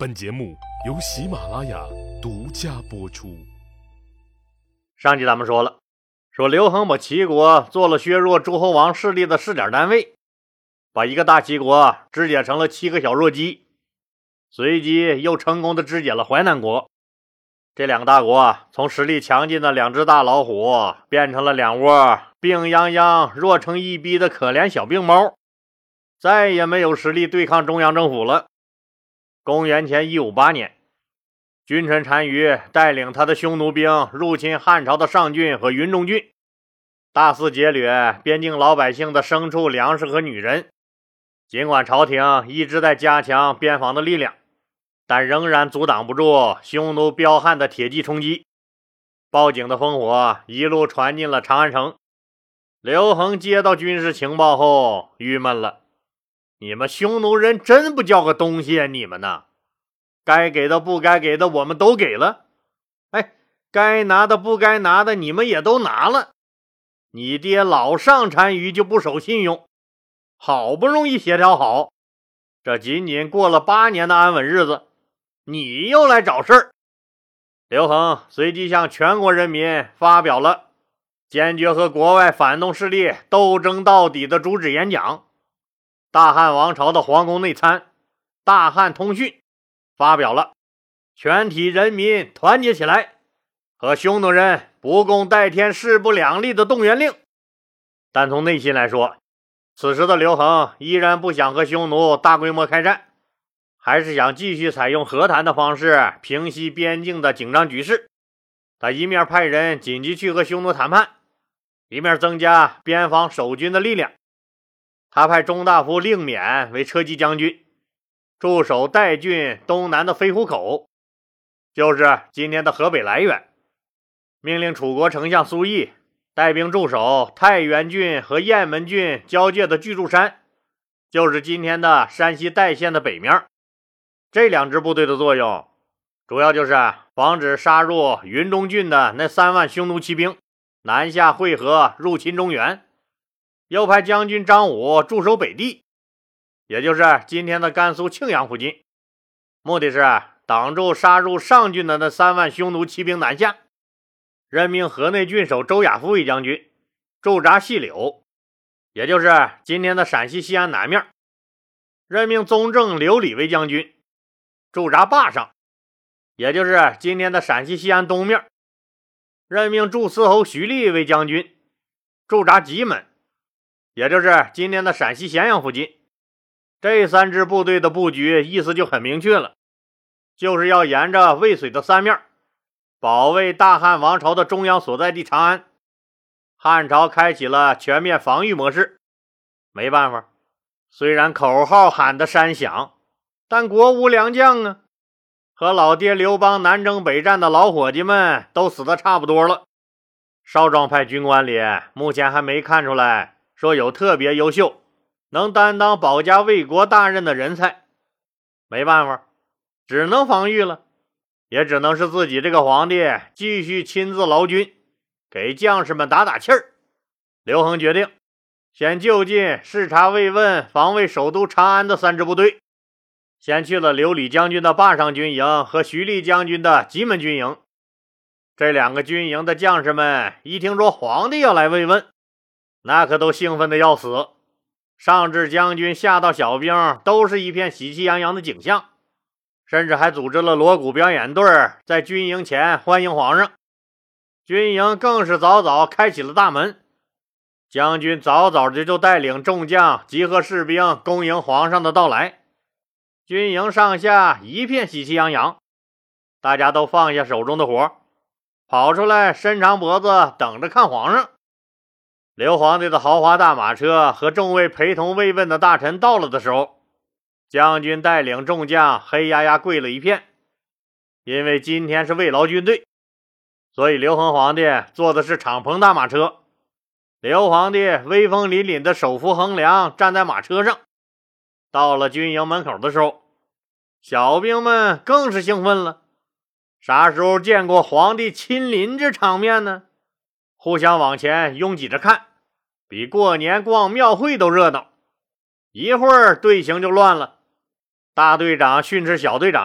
本节目由喜马拉雅独家播出。 上集咱们说刘恒把齐国做了削弱诸侯王势力的试点单位，把一个大齐国肢解成了7个小弱鸡，随即又成功的肢解了淮南国。这两个大国从实力强劲的2只大老虎变成了2窝病殃殃弱成一逼的可怜小病猫，再也没有实力对抗中央政府了。公元前158年，君臣单于带领他的匈奴兵入侵汉朝的上郡和云中郡，大肆劫掠边境老百姓的牲畜、粮食和女人。尽管朝廷一直在加强边防的力量，但仍然阻挡不住匈奴彪悍的铁骑冲击。报警的烽火一路传进了长安城。刘恒接到军事情报后郁闷了，你们匈奴人真不叫个东西啊！你们呢？该给的不该给的我们都给了，该拿的不该拿的你们也都拿了。你爹老上单于就不守信用，好不容易协调好，这仅仅过了8年的安稳日子，你又来找事儿。刘恒随即向全国人民发表了坚决和国外反动势力斗争到底的主旨演讲。大汉王朝的皇宫内参大汉通讯发表了全体人民团结起来，和匈奴人不共戴天势不两立的动员令。但从内心来说，此时的刘恒依然不想和匈奴大规模开战，还是想继续采用和谈的方式平息边境的紧张局势。他一面派人紧急去和匈奴谈判，一面增加边防守军的力量。他派中大夫令勉为车骑将军，驻守代郡东南的飞虎口，就是今天的河北涞源。命令楚国丞相苏毅带兵驻守太原郡和雁门郡交界的巨柱山，就是今天的山西代县的北面。这2支部队的作用主要就是防止杀入云中郡的那3万匈奴骑兵南下会合入侵中原，又派将军张武驻守北地，也就是今天的甘肃庆阳附近，目的是挡住杀入上郡的那3万匈奴骑兵南下。任命河内郡守周亚夫为将军，驻扎细柳，也就是今天的陕西西安南面。任命宗正刘礼为将军，驻扎坝上，也就是今天的陕西西安东面。任命祝司侯徐立为将军，驻扎棘门，也就是今天的陕西咸阳附近。这3支部队的布局意思就很明确了，就是要沿着渭水的3面保卫大汉王朝的中央所在地长安。汉朝开启了全面防御模式。没办法，虽然口号喊得山响，但国无良将啊，和老爹刘邦南征北战的老伙计们都死得差不多了。少壮派军官里目前还没看出来说有特别优秀能担当保家卫国大任的人才。没办法，只能防御了，也只能是自己这个皇帝继续亲自劳军，给将士们打打气儿。刘恒决定先就近视察慰问防卫首都长安的3支部队，先去了刘礼将军的坝上军营和徐立将军的棘门军营。这2个军营的将士们一听说皇帝要来慰问，那可都兴奋得要死，上至将军下到小兵都是一片喜气洋洋的景象，甚至还组织了锣鼓表演队在军营前欢迎皇上。军营更是早早开启了大门，将军早早的就带领众将集合士兵恭迎皇上的到来。军营上下一片喜气洋洋，大家都放下手中的活，跑出来伸长脖子等着看皇上。刘皇帝的豪华大马车和众位陪同慰问的大臣到了的时候，将军带领众将黑压压跪了一片。因为今天是慰劳军队，所以刘恒皇帝坐的是敞篷大马车。刘皇帝威风凛凛的手扶横梁站在马车上。到了军营门口的时候，小兵们更是兴奋了，啥时候见过皇帝亲临这场面呢？互相往前拥挤着看，比过年逛庙会都热闹。一会儿队形就乱了，大队长训斥小队长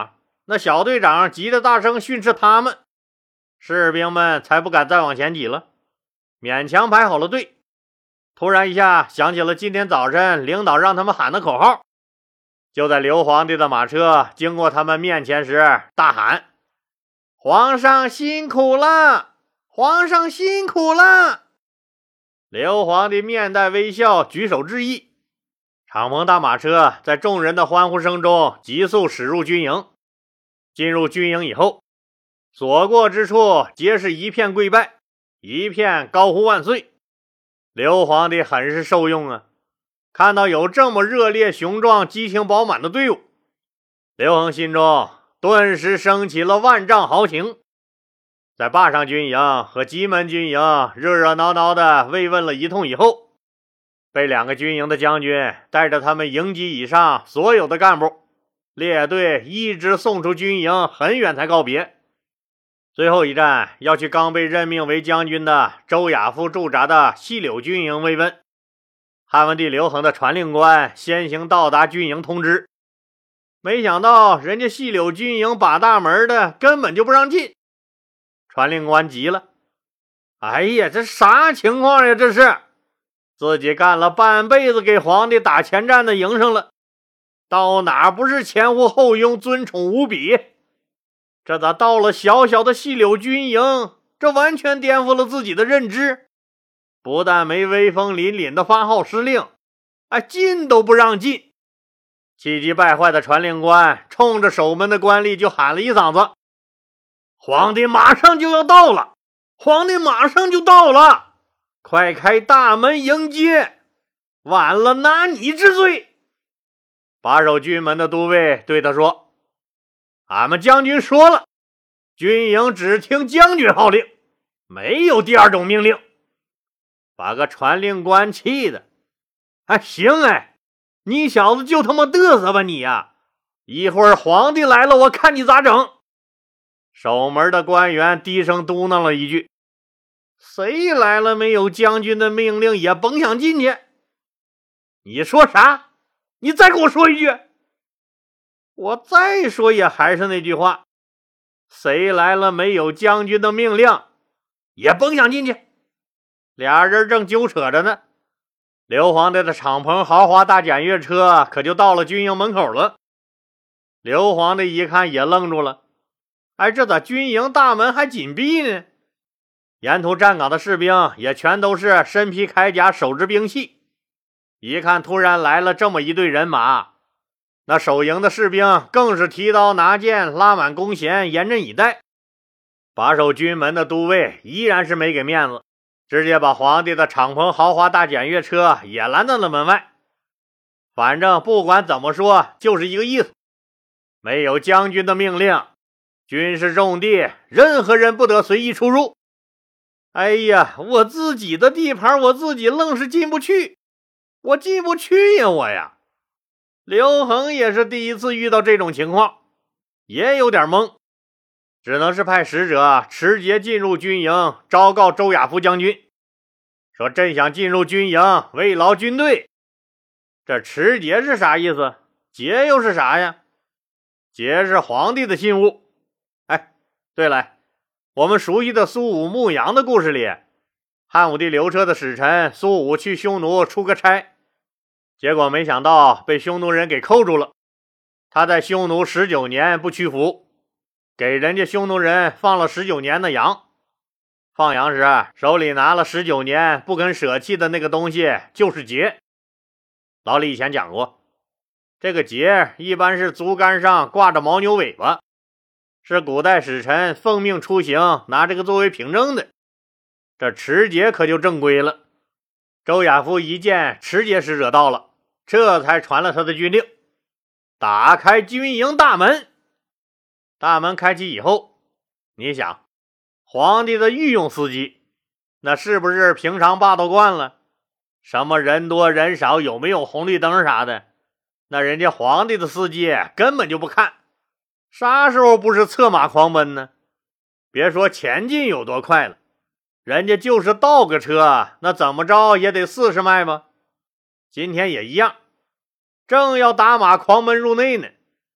那小队长急着大声训斥他们，士兵们才不敢再往前挤了，勉强排好了队。突然一下想起了今天早晨领导让他们喊的口号，就在刘皇帝的马车经过他们面前时大喊：皇上辛苦了，皇上辛苦了。刘皇帝面带微笑，举手致意。敞篷大马车在众人的欢呼声中急速驶入军营。进入军营以后，所过之处皆是一片跪拜，一片高呼万岁。刘皇帝很是受用啊，看到有这么热烈雄壮激情饱满的队伍，刘恒心中顿时升起了万丈豪情。在坝上军营和吉门军营热热闹闹的慰问了一通以后，被两个军营的将军带着他们营级以上所有的干部列队一直送出军营很远才告别。最后一站要去刚被任命为将军的周亚夫驻扎的细柳军营慰问。汉文帝刘恒的传令官先行到达军营通知，没想到人家细柳军营把大门的根本就不让进。传令官急了，哎呀，这啥情况呀？这是自己干了半辈子给皇帝打前站的营生了，到哪不是前呼后拥，尊宠无比？这咋到了小小的细柳军营，这完全颠覆了自己的认知。不但没威风凛凛的发号施令，进都不让进。气急败坏的传令官冲着守门的官吏就喊了一嗓子：皇帝马上就要到了，皇帝马上就到了，快开大门迎接，晚了拿你治罪。把守军门的都尉对他说：俺们将军说了，军营只听将军号令，没有第二种命令。把个传令官气的，行你小子就他妈嘚瑟吧你呀！一会儿皇帝来了，我看你咋整。守门的官员低声嘟囔了一句：谁来了没有将军的命令也甭想进去。你说啥？你再给我说一句。我再说也还是那句话，谁来了没有将军的命令也甭想进去。俩人正纠扯着呢，刘皇帝的敞篷豪华大检阅车可就到了军营门口了。刘皇帝一看也愣住了，这咋军营大门还紧闭呢？沿途站岗的士兵也全都是身披铠甲，手执兵器。一看突然来了这么一队人马，那守营的士兵更是提刀拿剑，拉满弓弦，严阵以待。把守军门的都尉依然是没给面子，直接把皇帝的敞篷豪华大检阅车也拦在了门外。反正不管怎么说就是一个意思，没有将军的命令，军事重地任何人不得随意出入。我自己的地盘我自己愣是进不去，我进不去呀我呀！刘恒也是第一次遇到这种情况，也有点懵，只能是派使者持节进入军营，昭告周亚夫将军，说朕想进入军营，慰劳军队。这持节是啥意思？节又是啥呀？节是皇帝的信物。对了，我们熟悉的苏武牧羊的故事里，汉武帝刘彻的使臣苏武去匈奴出个差，结果没想到被匈奴人给扣住了。他在匈奴19年不屈服，给人家匈奴人放了19年的羊。放羊时手里拿了19年不肯舍弃的那个东西就是节。老李以前讲过，这个节一般是竹竿上挂着牦牛尾巴，是古代使臣奉命出行拿这个作为凭证的。这持节可就正规了。周亚夫一见持节使者到了，这才传了他的军令，打开军营大门。大门开启以后，你想，皇帝的御用司机那是不是平常霸道惯了？什么人多人少，有没有红绿灯啥的，那人家皇帝的司机根本就不看，啥时候不是策马狂奔呢？别说前进有多快了，人家就是倒个车，那怎么着也得40迈吧。今天也一样，正要打马狂奔入内呢，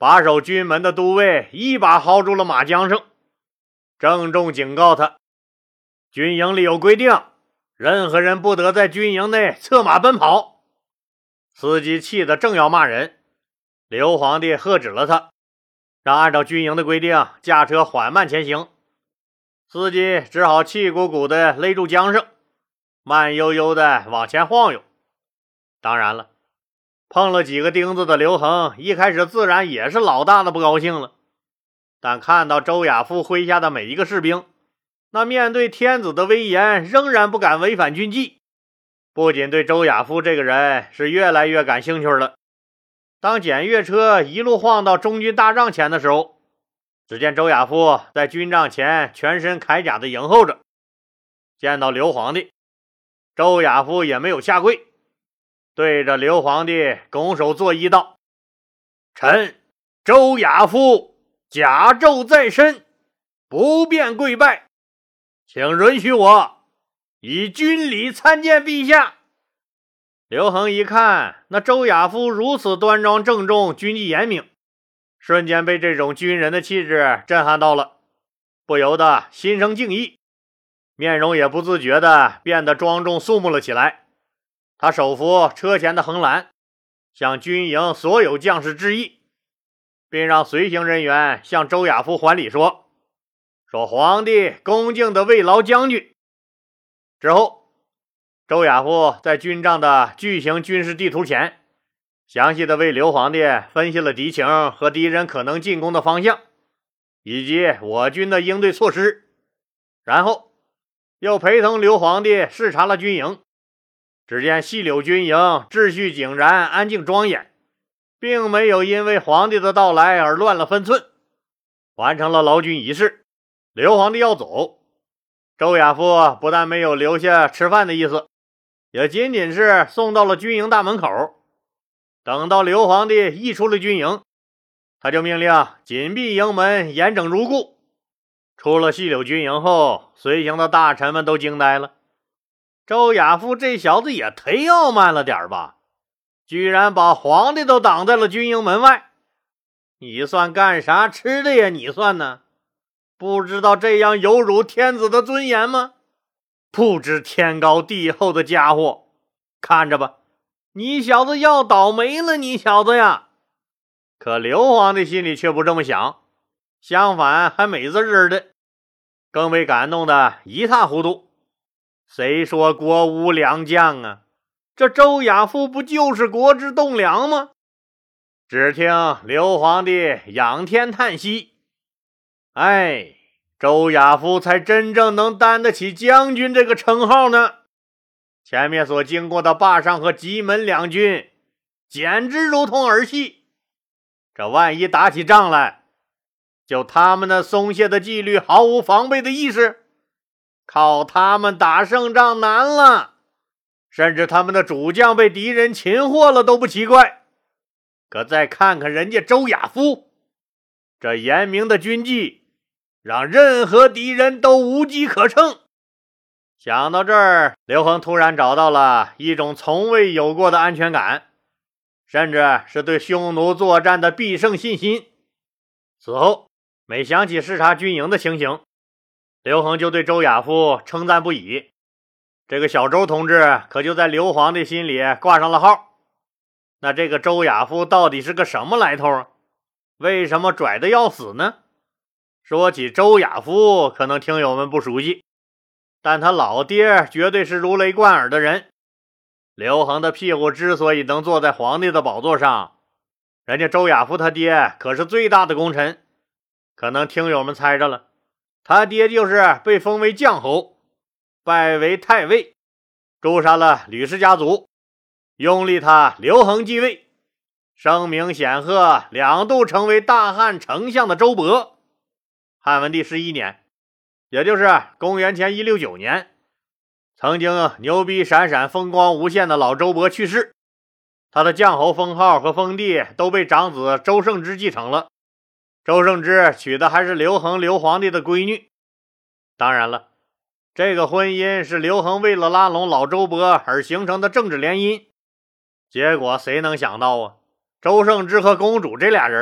把守军门的都尉一把薅住了马缰绳，郑重警告他，军营里有规定，任何人不得在军营内策马奔跑。司机气得正要骂人，刘皇帝喝止了他，让按照军营的规定驾车缓慢前行。司机只好气鼓鼓地勒住缰绳，慢悠悠地往前晃悠。当然了，碰了几个钉子的刘恒一开始自然也是老大的不高兴了，但看到周亚夫麾下的每一个士兵，那面对天子的威严仍然不敢违反军纪，不仅对周亚夫这个人是越来越感兴趣了。当检阅车一路晃到中军大帐前的时候，只见周亚夫在军帐前全身铠甲的迎候着。见到刘皇帝，周亚夫也没有下跪，对着刘皇帝拱手作揖道：臣周亚夫甲胄在身，不便跪拜，请允许我以军礼参见陛下。刘恒一看那周亚夫如此端庄郑重，军纪严明，瞬间被这种军人的气质震撼到了，不由得心生敬意，面容也不自觉地变得庄重肃穆了起来。他手扶车前的横栏，向军营所有将士致意，并让随行人员向周亚夫还礼说皇帝恭敬的慰劳将军。之后，周亚夫在军帐的巨型军事地图前详细的为刘皇帝分析了敌情和敌人可能进攻的方向，以及我军的应对措施，然后又陪同刘皇帝视察了军营。只见细柳军营秩序井然，安静庄严，并没有因为皇帝的到来而乱了分寸。完成了劳军仪式，刘皇帝要走，周亚夫不但没有留下吃饭的意思，也仅仅是送到了军营大门口。等到刘皇帝一出了军营，他就命令紧闭营门，严整如故。出了细柳军营后，随行的大臣们都惊呆了，周亚夫这小子也忒傲慢了点吧，居然把皇帝都挡在了军营门外。你算干啥吃的呀？你算呢？不知道这样有辱天子的尊严吗？不知天高地厚的家伙，看着吧，你小子要倒霉了，你小子呀！可刘皇帝心里却不这么想，相反还美滋滋的，更被感动的一塌糊涂。谁说国无良将啊？这周亚夫不就是国之栋梁吗？只听刘皇帝仰天叹息，哎，周亚夫才真正能担得起将军这个称号呢。前面所经过的坝上和棘门两军简直如同儿戏，这万一打起仗来，就他们那松懈的纪律，毫无防备的意识，靠他们打胜仗难了，甚至他们的主将被敌人擒获了都不奇怪。可再看看人家周亚夫，这严明的军纪让任何敌人都无机可乘。想到这儿，刘恒突然找到了一种从未有过的安全感，甚至是对匈奴作战的必胜信心。此后每想起视察军营的情形，刘恒就对周亚夫称赞不已。这个小周同志可就在刘皇帝心里挂上了号。那这个周亚夫到底是个什么来头啊？为什么拽得要死呢？说起周亚夫，可能听友们不熟悉，但他老爹绝对是如雷贯耳的人。刘恒的屁股之所以能坐在皇帝的宝座上，人家周亚夫他爹可是最大的功臣。可能听友们猜着了，他爹就是被封为将侯，拜为太尉，诛杀了吕氏家族，拥立他刘恒继位，声名显赫，两度成为大汉丞相的周勃。汉文帝11年，也就是公元前169年，曾经牛逼闪闪风光无限的老周勃去世，他的将侯封号和封地都被长子周胜之继承了。周胜之娶的还是刘恒刘皇帝的闺女。当然了，这个婚姻是刘恒为了拉拢老周勃而形成的政治联姻。结果谁能想到啊，周胜之和公主这俩人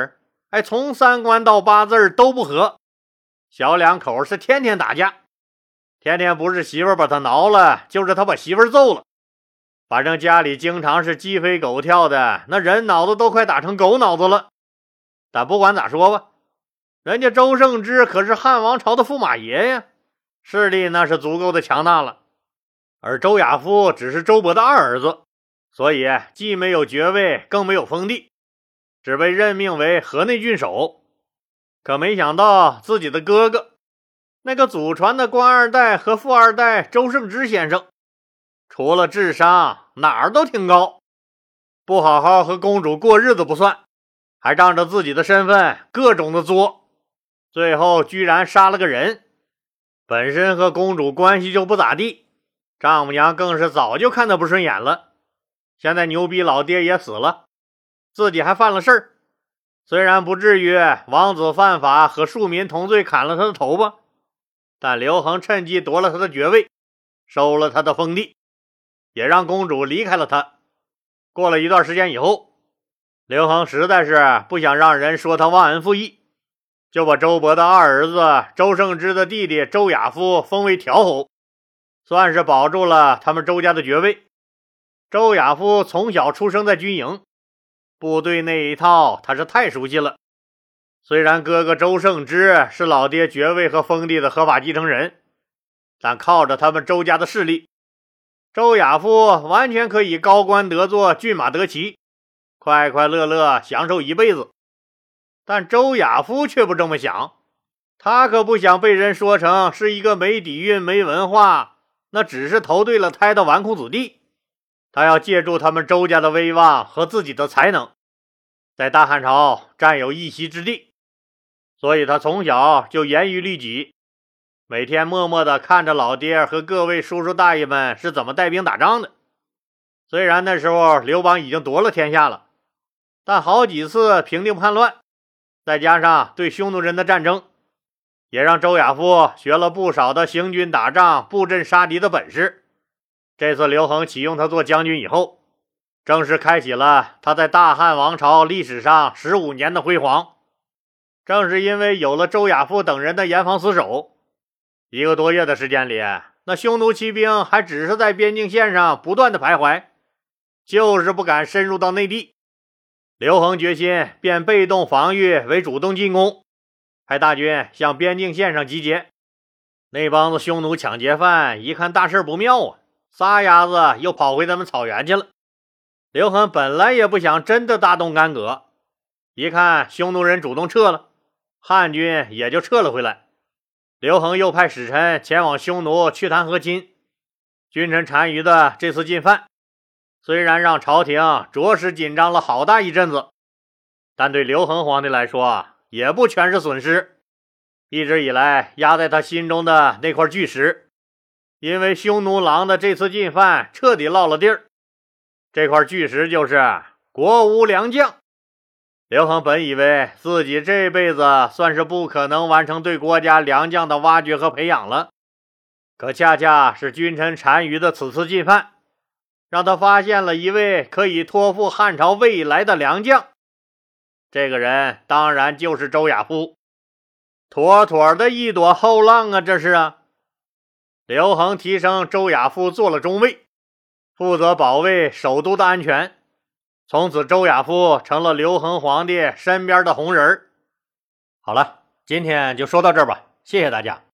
从3观到8字都不合，小两口是天天打架，天天不是媳妇把他挠了，就是他把媳妇揍了，反正家里经常是鸡飞狗跳的，那人脑子都快打成狗脑子了。但不管咋说吧，人家周胜之可是汉王朝的驸马爷呀，势力那是足够的强大了。而周亚夫只是周勃的二儿子，所以既没有爵位，更没有封地，只被任命为河内郡守。可没想到自己的哥哥，那个祖传的官二代和富二代周胜之先生，除了智商哪儿都挺高，不好好和公主过日子不算，还仗着自己的身份各种的作，最后居然杀了个人。本身和公主关系就不咋地，丈母娘更是早就看他不顺眼了。现在牛逼老爹也死了，自己还犯了事儿，虽然不至于王子犯法和庶民同罪砍了他的头吧，但刘恒趁机夺了他的爵位，收了他的封地，也让公主离开了他。过了一段时间以后，刘恒实在是不想让人说他忘恩负义，就把周勃的二儿子周胜之的弟弟周亚夫封为调侯，算是保住了他们周家的爵位。周亚夫从小出生在军营，部队那一套他是太熟悉了。虽然哥哥周胜之是老爹爵位和封地的合法继承人，但靠着他们周家的势力，周亚夫完全可以高官得坐，骏马得骑，快快乐乐享受一辈子。但周亚夫却不这么想，他可不想被人说成是一个没底蕴没文化，那只是投对了胎的纨绔子弟。他要借助他们周家的威望和自己的才能，在大汉朝占有一席之地。所以他从小就严于律己，每天默默地看着老爹和各位叔叔大爷们是怎么带兵打仗的。虽然那时候刘邦已经夺了天下了，但好几次平定叛乱，再加上对匈奴人的战争，也让周亚夫学了不少的行军打仗、布阵杀敌的本事。这次刘恒启用他做将军以后，正式开启了他在大汉王朝历史上15年的辉煌。正是因为有了周亚夫等人的严防死守，1个多月的时间里，那匈奴骑兵还只是在边境线上不断的徘徊，就是不敢深入到内地。刘恒决心变被动防御为主动进攻，派大军向边境线上集结。那帮子匈奴抢劫犯一看大事不妙啊，撒丫子又跑回他们草原去了。刘恒本来也不想真的大动干戈，一看匈奴人主动撤了，汉军也就撤了回来。刘恒又派使臣前往匈奴去谈和亲。君臣单于的这次进犯，虽然让朝廷着实紧张了好大一阵子，但对刘恒皇帝来说也不全是损失。一直以来压在他心中的那块巨石，因为匈奴郎的这次进犯彻底落了地儿。这块巨石就是国无良将。刘恒本以为自己这辈子算是不可能完成对国家良将的挖掘和培养了，可恰恰是君臣单于的此次进犯，让他发现了一位可以托付汉朝未来的良将。这个人当然就是周亚夫，妥妥的一朵后浪啊，这是啊。刘恒提升周亚夫做了中尉，负责保卫首都的安全。从此周亚夫成了刘恒皇帝身边的红人。好了，今天就说到这儿吧，谢谢大家。